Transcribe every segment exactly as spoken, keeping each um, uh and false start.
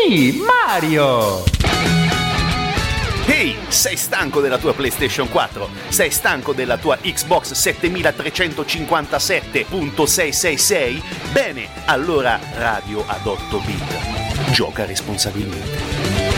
Sì, Mario! Ehi, sei stanco della tua PlayStation quattro? Sei stanco della tua Xbox setemilatrecentocinquantasette punto seicentosessantasei? Bene, allora Radio ad otto bit. Gioca responsabilmente.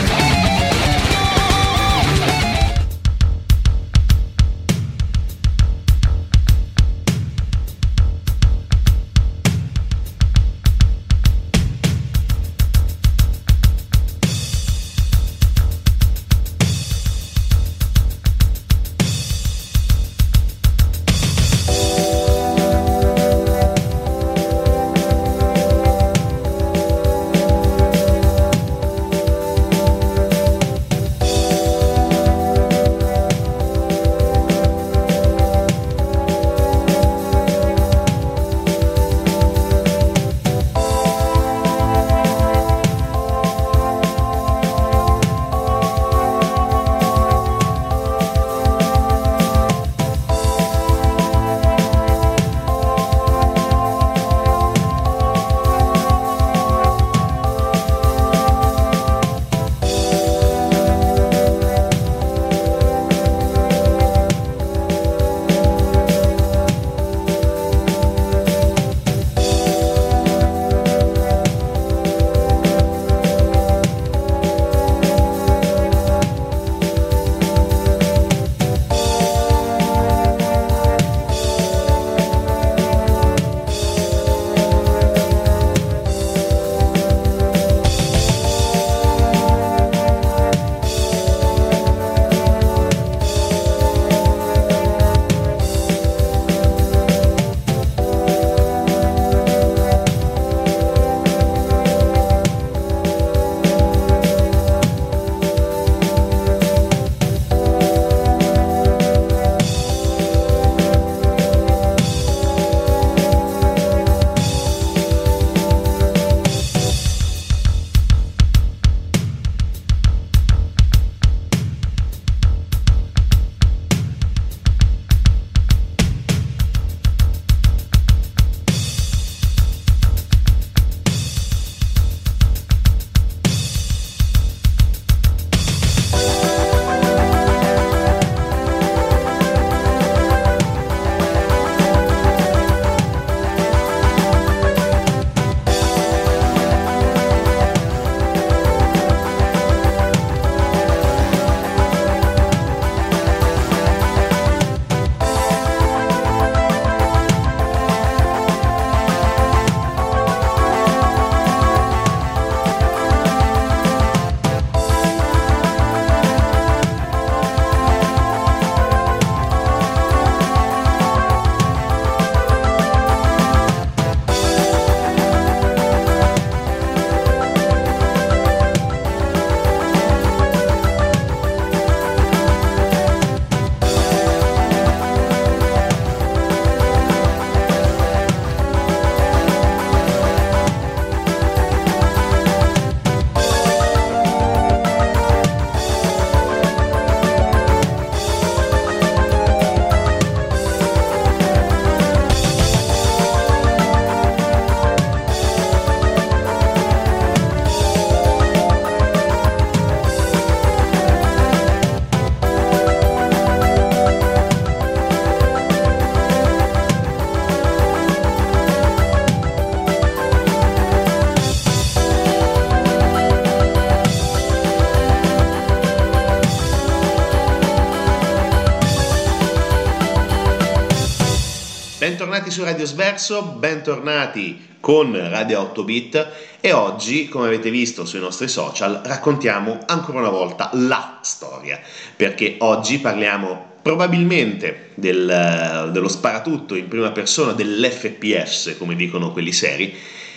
Bentornati su Radio Sverso, bentornati con Radio otto bit e oggi, come avete visto sui nostri social, raccontiamo ancora una volta la storia, perché oggi parliamo probabilmente del, dello sparatutto in prima persona, dell'F P S, come dicono quelli seri,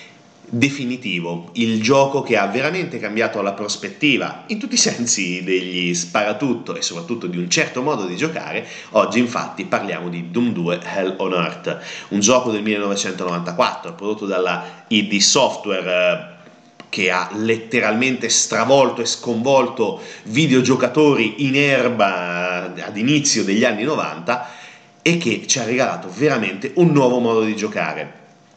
definitivo, il gioco che ha veramente cambiato la prospettiva in tutti i sensi degli sparatutto e soprattutto di un certo modo di giocare. Oggi infatti parliamo di Doom due Hell on Earth, un gioco del millenovecentonovantaquattro prodotto dalla I D Software, che ha letteralmente stravolto e sconvolto videogiocatori in erba ad inizio degli anni novanta e che ci ha regalato veramente un nuovo modo di giocare.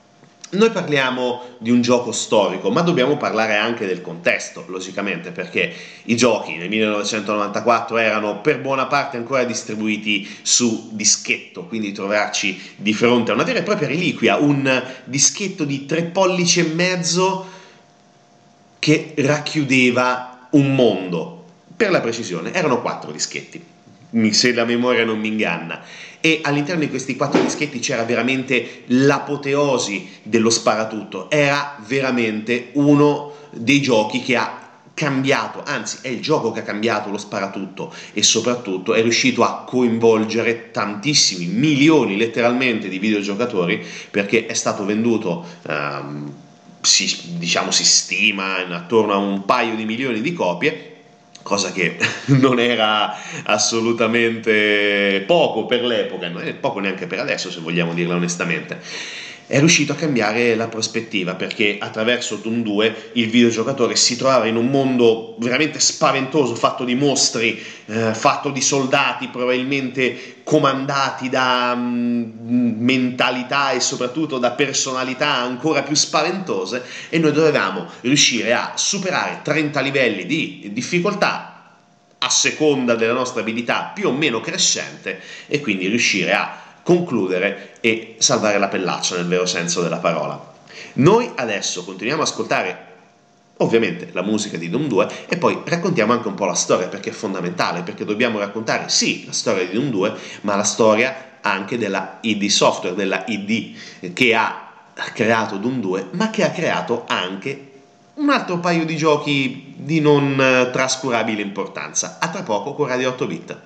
Noi parliamo di un gioco storico, ma dobbiamo parlare anche del contesto, logicamente, perché i giochi nel millenovecentonovantaquattro erano per buona parte ancora distribuiti su dischetto, quindi trovarci di fronte a una vera e propria reliquia, un dischetto di tre pollici e mezzo che racchiudeva un mondo. Per la precisione, erano quattro dischetti, se la memoria non mi inganna. E all'interno di questi quattro dischetti c'era veramente l'apoteosi dello sparatutto, era veramente uno dei giochi che ha cambiato, anzi è il gioco che ha cambiato lo sparatutto, e soprattutto è riuscito a coinvolgere tantissimi, milioni letteralmente di videogiocatori, perché è stato venduto, um, si, diciamo si stima attorno a un paio di milioni di copie, cosa che non era assolutamente poco per l'epoca, non è poco neanche per adesso, se vogliamo dirla onestamente. È riuscito a cambiare la prospettiva, perché attraverso Doom due il videogiocatore si trovava in un mondo veramente spaventoso, fatto di mostri, eh, fatto di soldati probabilmente comandati da mh, mentalità e soprattutto da personalità ancora più spaventose, e noi dovevamo riuscire a superare trenta livelli di difficoltà a seconda della nostra abilità più o meno crescente, e quindi riuscire a concludere e salvare la pellaccia nel vero senso della parola. Noi adesso continuiamo ad ascoltare ovviamente la musica di Doom due e poi raccontiamo anche un po' la storia, perché è fondamentale, perché dobbiamo raccontare sì la storia di Doom due, ma la storia anche della I D Software, della I D che ha creato Doom due, ma che ha creato anche un altro paio di giochi di non trascurabile importanza. A tra poco con Radio otto bit.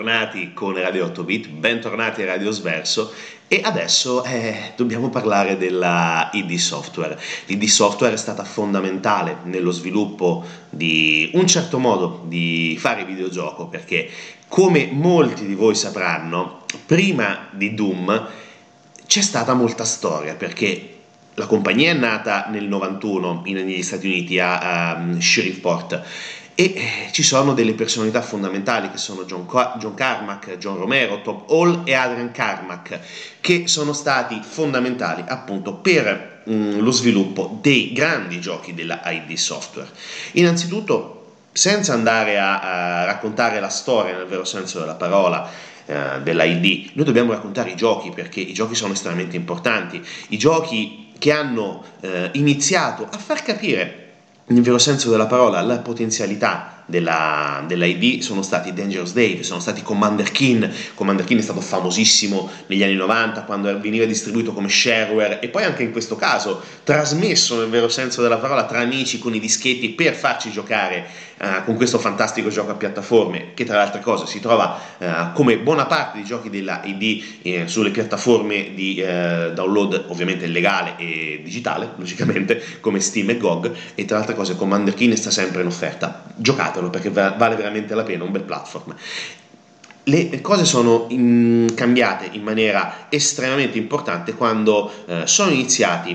bentornati con Radio otto bit, bentornati a Radio Sverso e adesso eh, dobbiamo parlare della I D Software. L'I D Software è stata fondamentale nello sviluppo di un certo modo di fare videogioco, perché come molti di voi sapranno, prima di Doom c'è stata molta storia, perché la compagnia è nata nel novantuno in, negli Stati Uniti a um, Shreveport e eh, ci sono delle personalità fondamentali che sono John, Car- John Carmack, John Romero, Tom Hall e Adrian Carmack, che sono stati fondamentali appunto per um, lo sviluppo dei grandi giochi della I D Software. Innanzitutto, senza andare a, a raccontare la storia nel vero senso della parola eh, della I D, noi dobbiamo raccontare i giochi, perché i giochi sono estremamente importanti, i giochi che hanno eh, iniziato a far capire nel vero senso della parola la potenzialità della, della I D sono stati Dangerous Dave, sono stati Commander Keen. Commander Keen è stato famosissimo negli anni novanta quando veniva distribuito come shareware e poi anche in questo caso trasmesso nel vero senso della parola tra amici con i dischetti per farci giocare uh, con questo fantastico gioco a piattaforme che tra le altre cose si trova uh, come buona parte dei giochi della I D eh, sulle piattaforme di uh, download ovviamente legale e digitale logicamente come Steam e G O G, e tra le altre cose Commander Keen sta sempre in offerta, giocatelo perché vale veramente la pena, un bel platform. Le cose sono in, cambiate in maniera estremamente importante quando eh, sono iniziati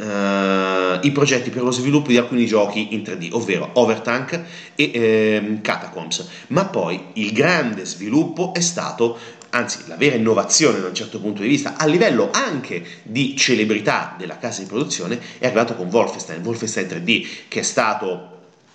eh, i progetti per lo sviluppo di alcuni giochi in tre D, ovvero Overtank e eh, Catacombs, ma poi il grande sviluppo è stato, anzi la vera innovazione da un certo punto di vista, a livello anche di celebrità della casa di produzione, è arrivato con Wolfenstein, Wolfenstein tre D, che è stato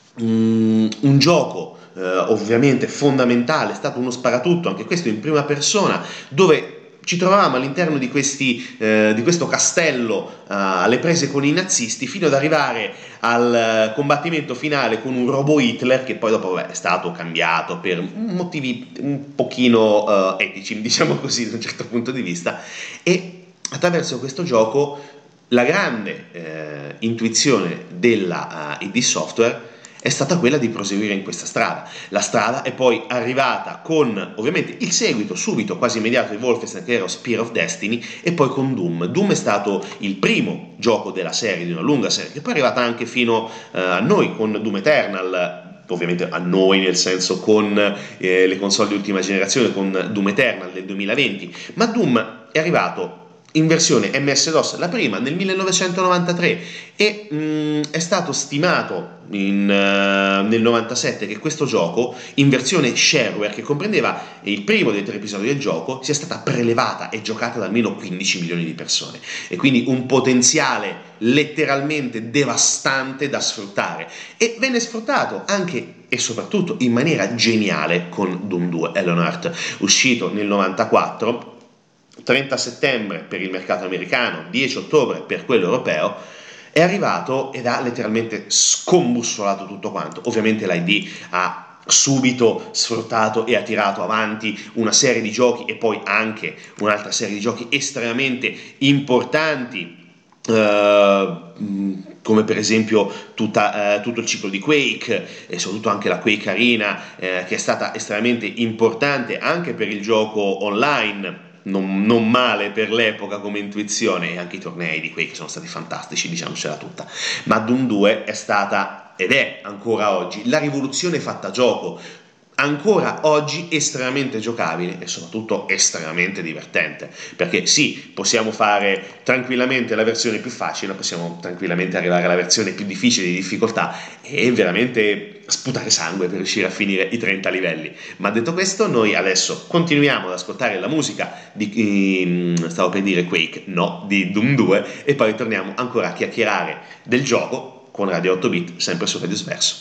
um, un gioco eh, ovviamente fondamentale, è stato uno sparatutto, anche questo in prima persona, dove ci trovavamo all'interno di, questi, eh, di questo castello eh, alle prese con i nazisti, fino ad arrivare al eh, combattimento finale con un robot Hitler che poi dopo beh, è stato cambiato per motivi un pochino eh, etici, diciamo così, da un certo punto di vista. E attraverso questo gioco la grande eh, intuizione della uh, I D Software è stata quella di proseguire in questa strada. La strada è poi arrivata con ovviamente il seguito subito quasi immediato di Wolfenstein, che era Spear of Destiny, e poi con Doom. Doom è stato il primo gioco della serie, di una lunga serie, che poi è arrivata anche fino eh, a noi con Doom Eternal, ovviamente a noi nel senso con eh, le console di ultima generazione, con Doom Eternal del duemilaventi, ma Doom è arrivato in versione M S DOS, la prima nel millenovecentonovantatré, e mh, è stato stimato in, uh, nel novantasette che questo gioco in versione shareware, che comprendeva il primo dei tre episodi del gioco, sia stata prelevata e giocata da almeno quindici milioni di persone, e quindi un potenziale letteralmente devastante da sfruttare, e venne sfruttato anche e soprattutto in maniera geniale con Doom due Leonhardt, uscito nel novantaquattro, trenta settembre per il mercato americano, dieci ottobre per quello europeo. È arrivato ed ha letteralmente scombussolato tutto quanto. Ovviamente l'I D ha subito sfruttato e ha tirato avanti una serie di giochi, e poi anche un'altra serie di giochi estremamente importanti, Uh, come per esempio tutta, uh, tutto il ciclo di Quake, e soprattutto anche la Quake Arena, uh, che è stata estremamente importante anche per il gioco online, non, non male per l'epoca come intuizione, e anche i tornei di Quake sono stati fantastici, diciamocela tutta. Ma Doom due è stata ed è ancora oggi la rivoluzione fatta gioco, ancora oggi estremamente giocabile e soprattutto estremamente divertente, perché sì, possiamo fare tranquillamente la versione più facile, possiamo tranquillamente arrivare alla versione più difficile di difficoltà e veramente sputare sangue per riuscire a finire i trenta livelli. Ma detto questo, noi adesso continuiamo ad ascoltare la musica di, stavo per dire Quake, no, di Doom due, e poi torniamo ancora a chiacchierare del gioco con Radio otto bit, sempre su Radio Sverso.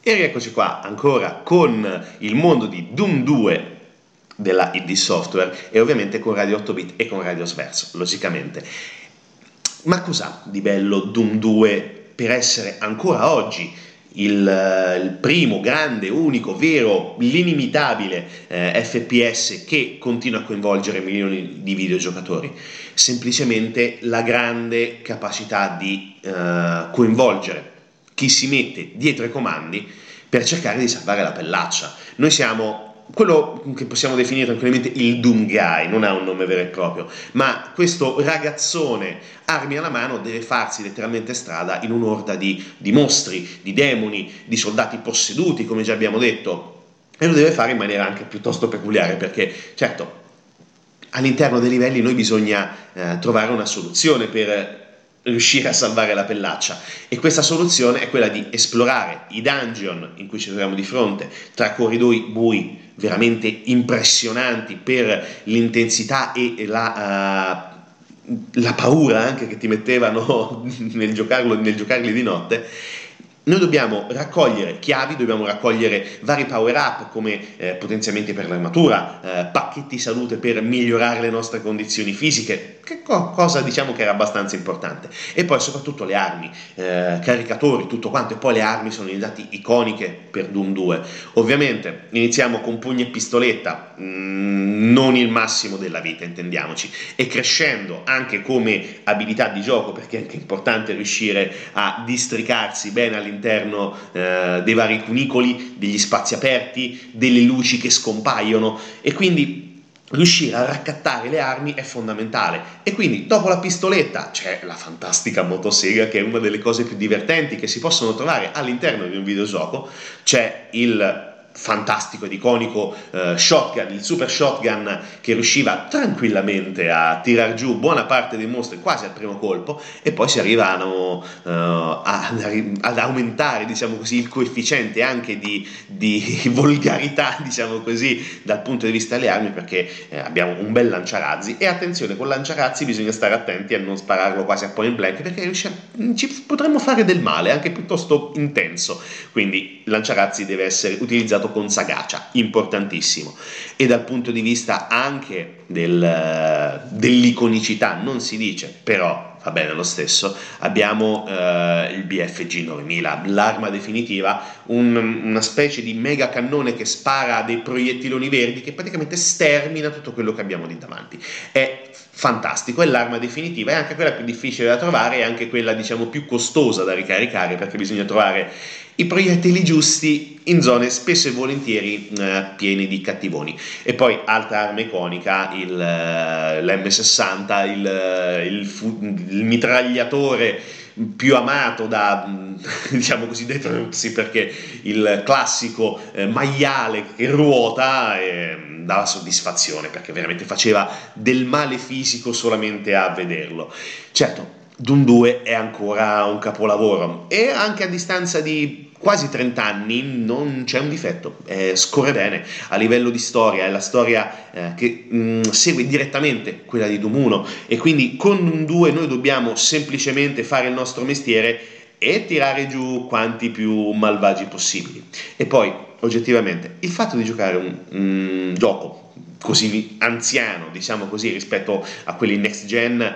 E rieccoci qua ancora con il mondo di Doom due della I D Software e ovviamente con Radio otto bit e con Radio Sverso, logicamente. Ma cos'ha di bello Doom due per essere ancora oggi il, il primo, grande, unico, vero, l'inimitabile eh, F P S che continua a coinvolgere milioni di videogiocatori? Semplicemente la grande capacità di eh, coinvolgere chi si mette dietro ai comandi per cercare di salvare la pellaccia. Noi siamo quello che possiamo definire tranquillamente il Doom Guy, non ha un nome vero e proprio, ma questo ragazzone armi alla mano deve farsi letteralmente strada in un'orda di, di mostri, di demoni, di soldati posseduti, come già abbiamo detto, e lo deve fare in maniera anche piuttosto peculiare, perché certo all'interno dei livelli noi bisogna eh, trovare una soluzione per riuscire a salvare la pellaccia, e questa soluzione è quella di esplorare i dungeon in cui ci troviamo di fronte, tra corridoi bui veramente impressionanti per l'intensità e la, uh, la paura anche che ti mettevano nel giocarlo, nel giocarli di notte. Noi dobbiamo raccogliere chiavi, dobbiamo raccogliere vari power up come eh, potenziamenti per l'armatura, eh, pacchetti salute per migliorare le nostre condizioni fisiche, che co- cosa diciamo che era abbastanza importante, e poi soprattutto le armi, eh, caricatori, tutto quanto, e poi le armi sono diventate iconiche per Doom due. Ovviamente iniziamo con pugno e pistoletta, mh, non il massimo della vita, intendiamoci, e crescendo anche come abilità di gioco, perché è anche importante riuscire a districarsi bene all'interno all'interno eh, dei vari cunicoli, degli spazi aperti, delle luci che scompaiono, e quindi riuscire a raccattare le armi è fondamentale. E quindi dopo la pistoletta c'è la fantastica motosega, che è una delle cose più divertenti che si possono trovare all'interno di un videogioco. C'è il fantastico ed iconico uh, shotgun, il super shotgun, che riusciva tranquillamente a tirar giù buona parte dei mostri quasi al primo colpo, e poi si arrivano uh, a, ad aumentare, diciamo così, il coefficiente anche di, di volgarità, diciamo così, dal punto di vista delle armi, perché eh, abbiamo un bel lanciarazzi. E attenzione, con lanciarazzi bisogna stare attenti a non spararlo quasi a point blank, perché ci potremmo fare del male anche piuttosto intenso, quindi il lanciarazzi deve essere utilizzato con sagacia, importantissimo. E dal punto di vista anche del, dell'iconicità non si dice, però va bene lo stesso, abbiamo eh, il B F G novemila, l'arma definitiva, un, una specie di mega cannone che spara dei proiettiloni verdi che praticamente stermina tutto quello che abbiamo lì davanti. È fantastico, è l'arma definitiva, è anche quella più difficile da trovare, è anche quella, diciamo, più costosa da ricaricare, perché bisogna trovare i proiettili giusti in zone spesso e volentieri eh, piene di cattivoni. E poi altra arma iconica, il, eh, l'emme sessanta, il, il, fu- il mitragliatore più amato da, diciamo così, dei Truzzi, perché il classico eh, maiale che ruota eh, dava soddisfazione, perché veramente faceva del male fisico solamente a vederlo. Certo, Doom due è ancora un capolavoro, e anche a distanza di quasi trenta anni non c'è un difetto, eh, scorre bene a livello di storia, è la storia eh, che mh, segue direttamente quella di Doom uno, e quindi con Doom due noi dobbiamo semplicemente fare il nostro mestiere e tirare giù quanti più malvagi possibili. E poi oggettivamente il fatto di giocare un, un gioco così anziano, diciamo così, rispetto a quelli next gen,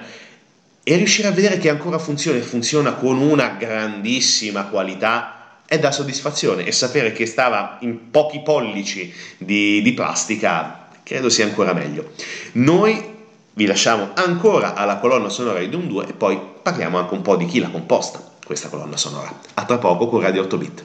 e riuscire a vedere che ancora funziona e funziona con una grandissima qualità, è da soddisfazione, e sapere che stava in pochi pollici di, di plastica credo sia ancora meglio. Noi vi lasciamo ancora alla colonna sonora di Doom due, e poi parliamo anche un po' di chi l'ha composta questa colonna sonora. A tra poco con Radio otto bit.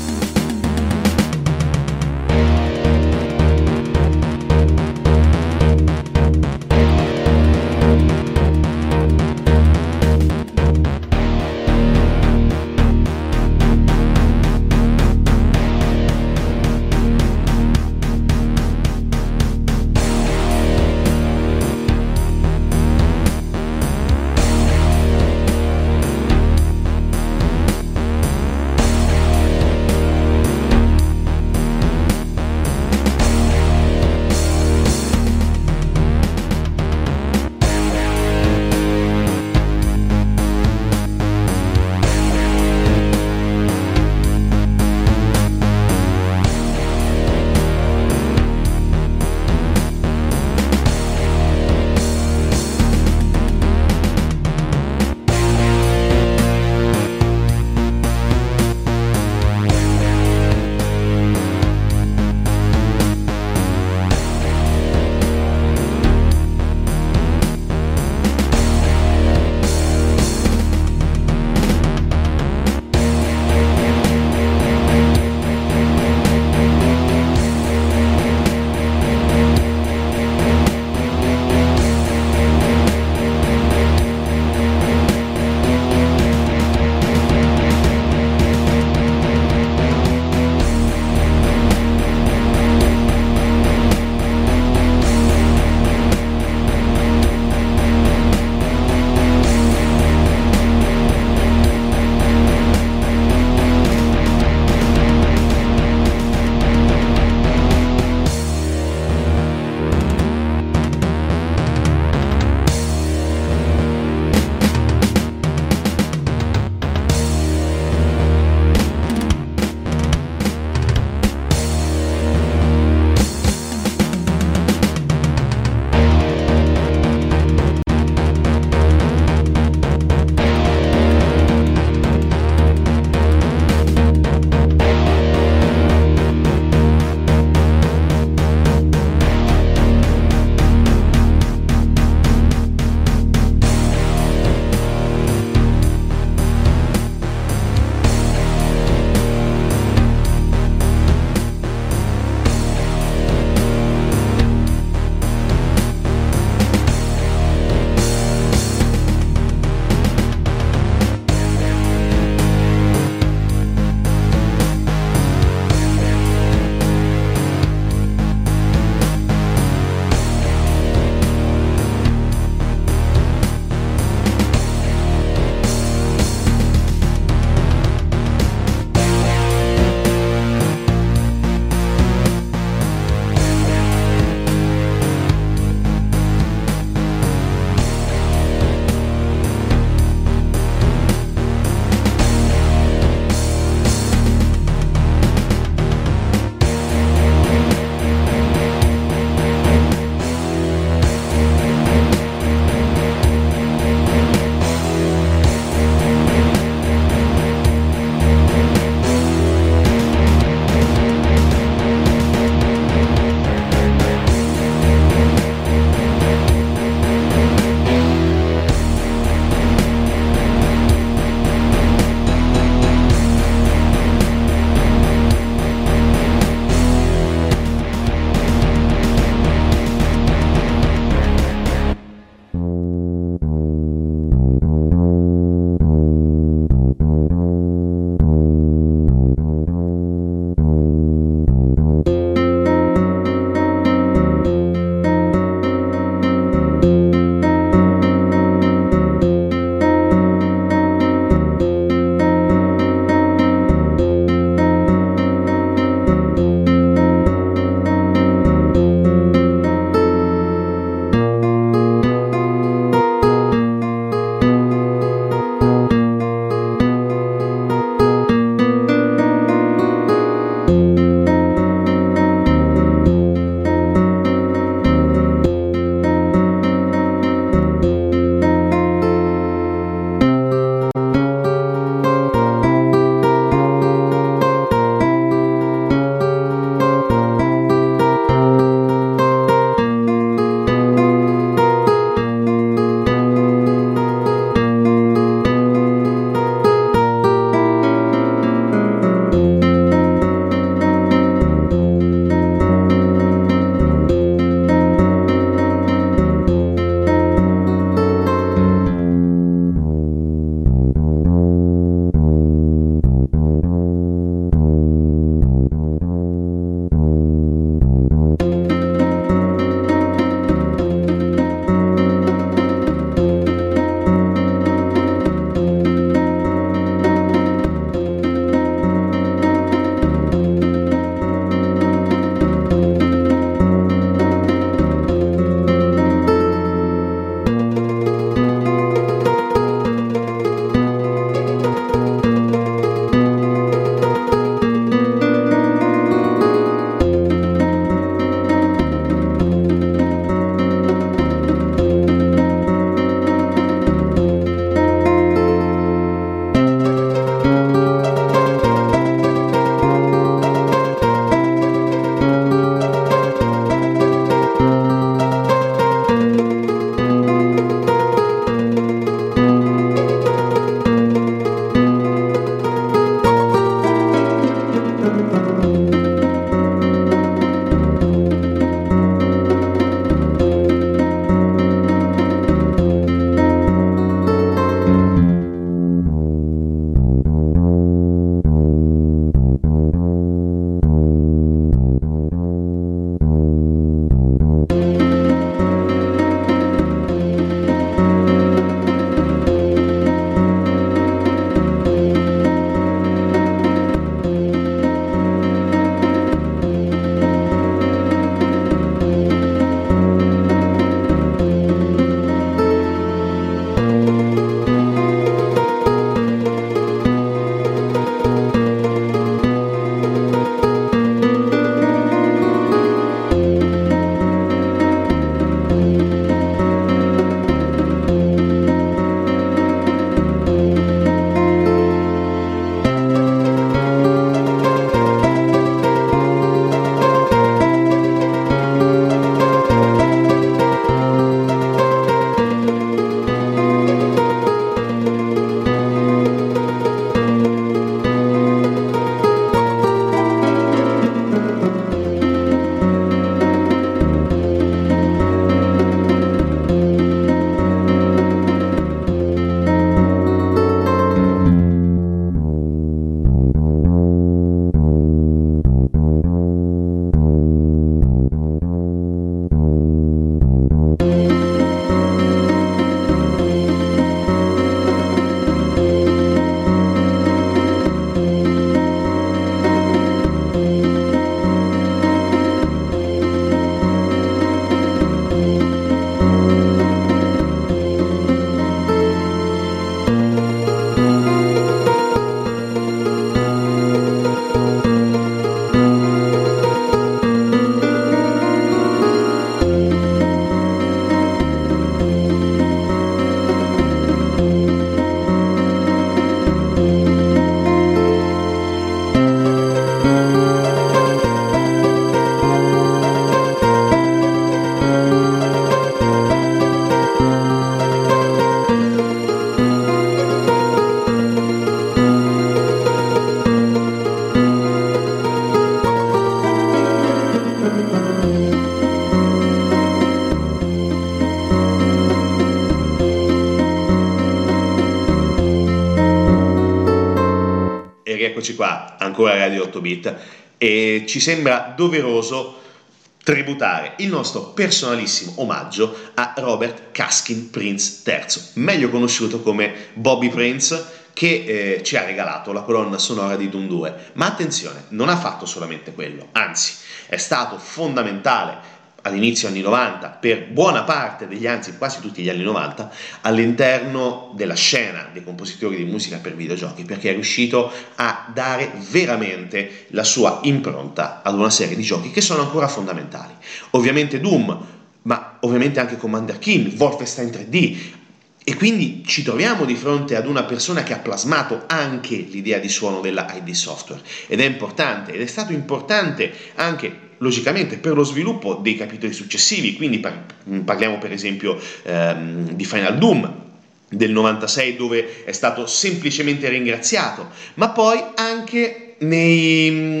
eccoci qua, ancora Radio otto bit, e ci sembra doveroso tributare il nostro personalissimo omaggio a Robert Caskin Prince terzo, meglio conosciuto come Bobby Prince, che eh, ci ha regalato la colonna sonora di Doom due. Ma attenzione, non ha fatto solamente quello, anzi è stato fondamentale all'inizio anni novanta, per buona parte degli anzi quasi tutti gli anni novanta, all'interno della scena dei compositori di musica per videogiochi, perché è riuscito a dare veramente la sua impronta ad una serie di giochi che sono ancora fondamentali. Ovviamente Doom, ma ovviamente anche Commander Keen, Wolfenstein tre D, e quindi ci troviamo di fronte ad una persona che ha plasmato anche l'idea di suono della I D Software, ed è importante, ed è stato importante anche logicamente per lo sviluppo dei capitoli successivi. Quindi par- parliamo per esempio ehm, di Final Doom del novantasei, dove è stato semplicemente ringraziato, ma poi anche nei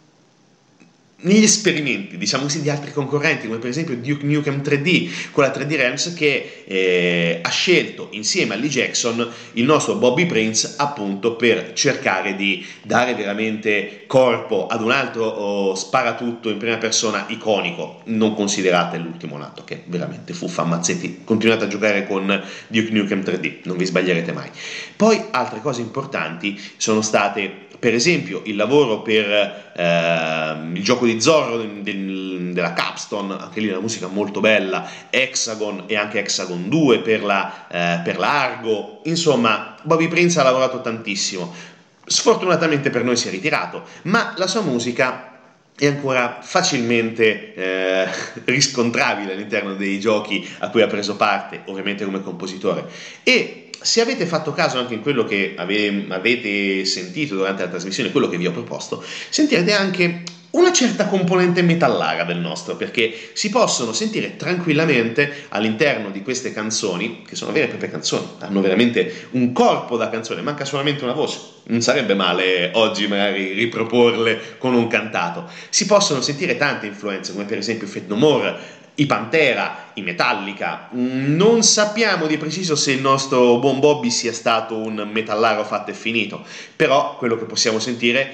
negli esperimenti, diciamo così, di altri concorrenti, come per esempio Duke Nukem tre D, con la tre D Realms, che eh, ha scelto insieme a Lee Jackson il nostro Bobby Prince, appunto per cercare di dare veramente corpo ad un altro oh, sparatutto in prima persona iconico. Non considerate l'ultimo nato, che veramente fuffa, ammazzetti, continuate a giocare con Duke Nukem tre D, non vi sbaglierete mai. Poi altre cose importanti sono state per esempio il lavoro per eh, il gioco di Zorro del, della Capstone, anche lì una musica molto bella, Hexagon e anche Hexagon due per la, eh, per la Argo. Insomma, Bobby Prince ha lavorato tantissimo, sfortunatamente per noi si è ritirato, ma la sua musica è ancora facilmente eh, riscontrabile all'interno dei giochi a cui ha preso parte, ovviamente come compositore. E se avete fatto caso anche in quello che ave- avete sentito durante la trasmissione, quello che vi ho proposto, sentirete anche una certa componente metallara del nostro, perché si possono sentire tranquillamente all'interno di queste canzoni, che sono vere e proprie canzoni, hanno veramente un corpo da canzone, manca solamente una voce. Non sarebbe male oggi magari riproporle con un cantato. Si possono sentire tante influenze, come per esempio Faith No More, i Pantera, i Metallica. Non sappiamo di preciso se il nostro buon Bobby sia stato un metallaro fatto e finito, però quello che possiamo sentire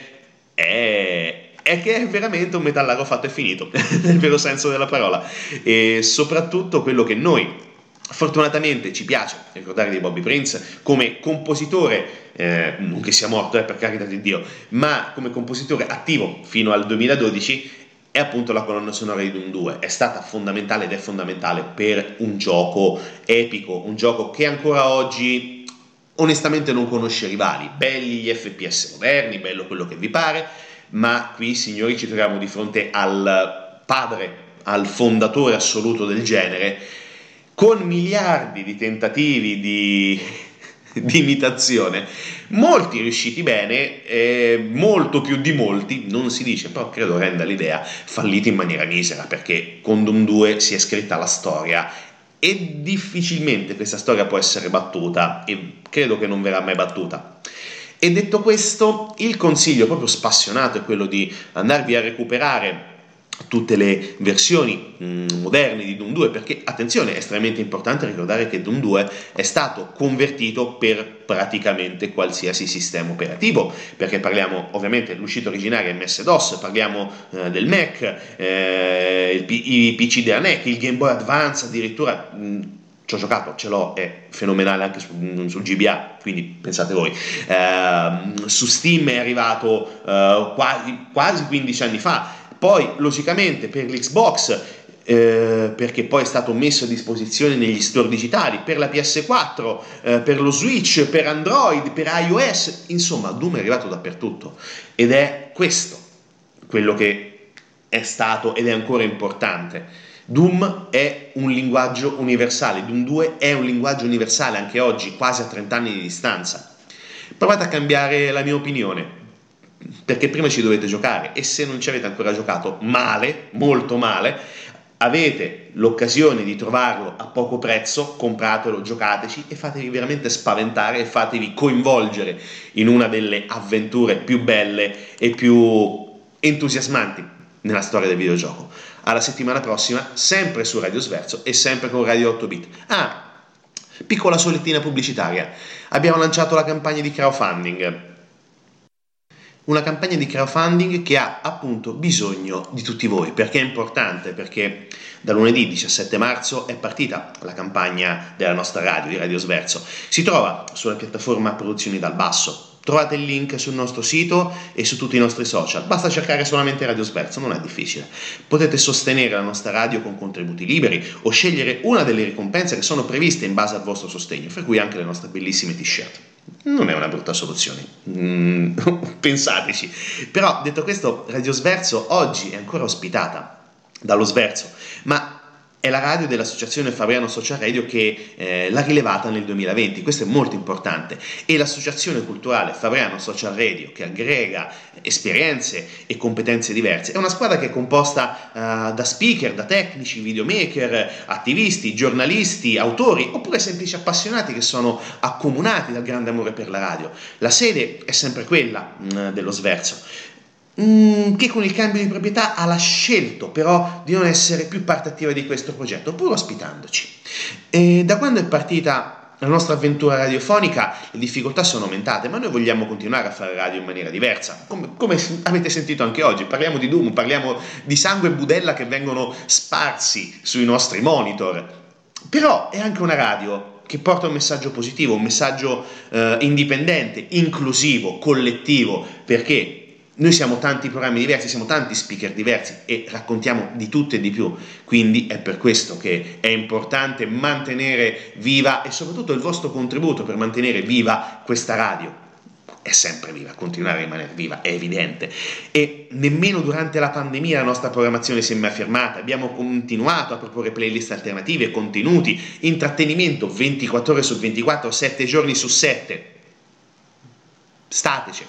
è, è che è veramente un metallaro fatto e finito, nel vero senso della parola. E soprattutto quello che noi fortunatamente ci piace ricordare di Bobby Prince come compositore, eh, non che sia morto, eh, per carità di Dio, ma come compositore attivo fino al duemiladodici, è appunto la colonna sonora di Doom due. È stata fondamentale ed è fondamentale per un gioco epico, un gioco che ancora oggi onestamente non conosce rivali. Belli gli F P S moderni, bello quello che vi pare, ma qui, signori, ci troviamo di fronte al padre, al fondatore assoluto del genere, con miliardi di tentativi di di imitazione, molti riusciti bene, eh, molto più di molti, non si dice, però credo renda l'idea, falliti in maniera misera, perché con Doom due si è scritta la storia e difficilmente questa storia può essere battuta, e credo che non verrà mai battuta. E detto questo, il consiglio proprio spassionato è quello di andarvi a recuperare tutte le versioni mh, moderne di Doom due, perché attenzione, è estremamente importante ricordare che Doom due è stato convertito per praticamente qualsiasi sistema operativo, perché parliamo ovviamente dell'uscita originaria M S DOS, parliamo eh, del Mac, eh, il P- i P C della N E C, il Game Boy Advance addirittura. Mh, ci ho giocato, ce l'ho, è fenomenale anche su, sul G B A, quindi pensate voi. Eh, su Steam è arrivato eh, quasi, quasi quindici anni fa. Poi logicamente per l'Xbox, eh, perché poi è stato messo a disposizione negli store digitali, per la P S quattro, eh, per lo Switch, per Android, per iOS, insomma Doom è arrivato dappertutto, ed è questo quello che è stato ed è ancora importante. Doom è un linguaggio universale, Doom due è un linguaggio universale anche oggi, quasi a trenta anni di distanza. Provate a cambiare la mia opinione, perché prima ci dovete giocare, e se non ci avete ancora giocato, male, molto male, avete l'occasione di trovarlo a poco prezzo, compratelo, giocateci e fatevi veramente spaventare e fatevi coinvolgere in una delle avventure più belle e più entusiasmanti nella storia del videogioco. Alla settimana prossima, sempre su Radio Sverso e sempre con Radio otto bit. Ah, piccola solettina pubblicitaria, abbiamo lanciato la campagna di crowdfunding. una campagna di crowdfunding che ha appunto bisogno di tutti voi. Perché è importante? Perché da lunedì diciassette marzo è partita la campagna della nostra radio, di Radio Sverso. Si trova sulla piattaforma Produzioni dal Basso. Trovate il link sul nostro sito e su tutti i nostri social. Basta cercare solamente Radio Sverso, non è difficile. Potete sostenere la nostra radio con contributi liberi o scegliere una delle ricompense che sono previste in base al vostro sostegno, fra cui anche le nostre bellissime t-shirt. Non è una brutta soluzione, mm, pensateci. Però detto questo, Radio Sverso oggi è ancora ospitata dallo Sverso, ma è la radio dell'associazione Fabriano Social Radio che eh, l'ha rilevata nel duemilaventi. Questo è molto importante, e l'associazione culturale Fabriano Social Radio, che aggrega esperienze e competenze diverse, è una squadra che è composta uh, da speaker, da tecnici, videomaker, attivisti, giornalisti, autori oppure semplici appassionati che sono accomunati dal grande amore per la radio. La sede è sempre quella mh, dello Sverso, che con il cambio di proprietà ha scelto però di non essere più parte attiva di questo progetto, pur ospitandoci. E da quando è partita la nostra avventura radiofonica le difficoltà sono aumentate, ma noi vogliamo continuare a fare radio in maniera diversa, come, come avete sentito anche oggi. Parliamo di Doom, parliamo di sangue e budella che vengono sparsi sui nostri monitor, però è anche una radio che porta un messaggio positivo, un messaggio eh, indipendente, inclusivo, collettivo, perché noi siamo tanti programmi diversi, siamo tanti speaker diversi e raccontiamo di tutto e di più, quindi è per questo che è importante mantenere viva, e soprattutto il vostro contributo per mantenere viva questa radio. È sempre viva, continuare a rimanere viva, è evidente, e nemmeno durante la pandemia la nostra programmazione si è mai fermata. Abbiamo continuato a proporre playlist alternative, contenuti, intrattenimento ventiquattro ore su ventiquattro, sette giorni su sette. Stateci.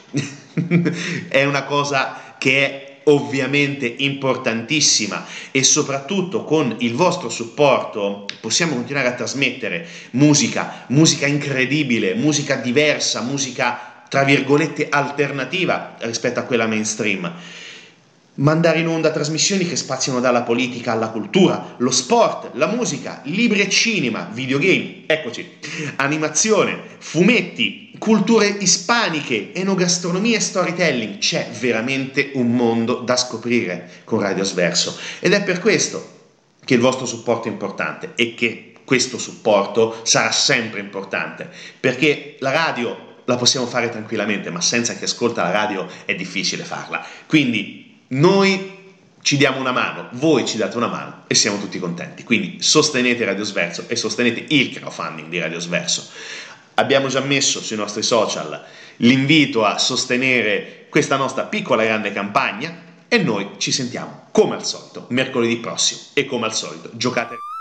È una cosa che è ovviamente importantissima, e soprattutto con il vostro supporto possiamo continuare a trasmettere musica, musica incredibile, musica diversa, musica tra virgolette alternativa rispetto a quella mainstream. Mandare in onda trasmissioni che spaziano dalla politica alla cultura, lo sport, la musica, libri e cinema, videogame, eccoci, animazione, fumetti, culture ispaniche, enogastronomia e storytelling. C'è veramente un mondo da scoprire con Radio Sverso, ed è per questo che il vostro supporto è importante, e che questo supporto sarà sempre importante, perché la radio la possiamo fare tranquillamente, ma senza chi ascolta la radio è difficile farla. Quindi noi ci diamo una mano, voi ci date una mano e siamo tutti contenti. Quindi sostenete Radio Sverso e sostenete il crowdfunding di Radio Sverso. Abbiamo già messo sui nostri social l'invito a sostenere questa nostra piccola grande campagna, e noi ci sentiamo come al solito mercoledì prossimo, e come al solito giocate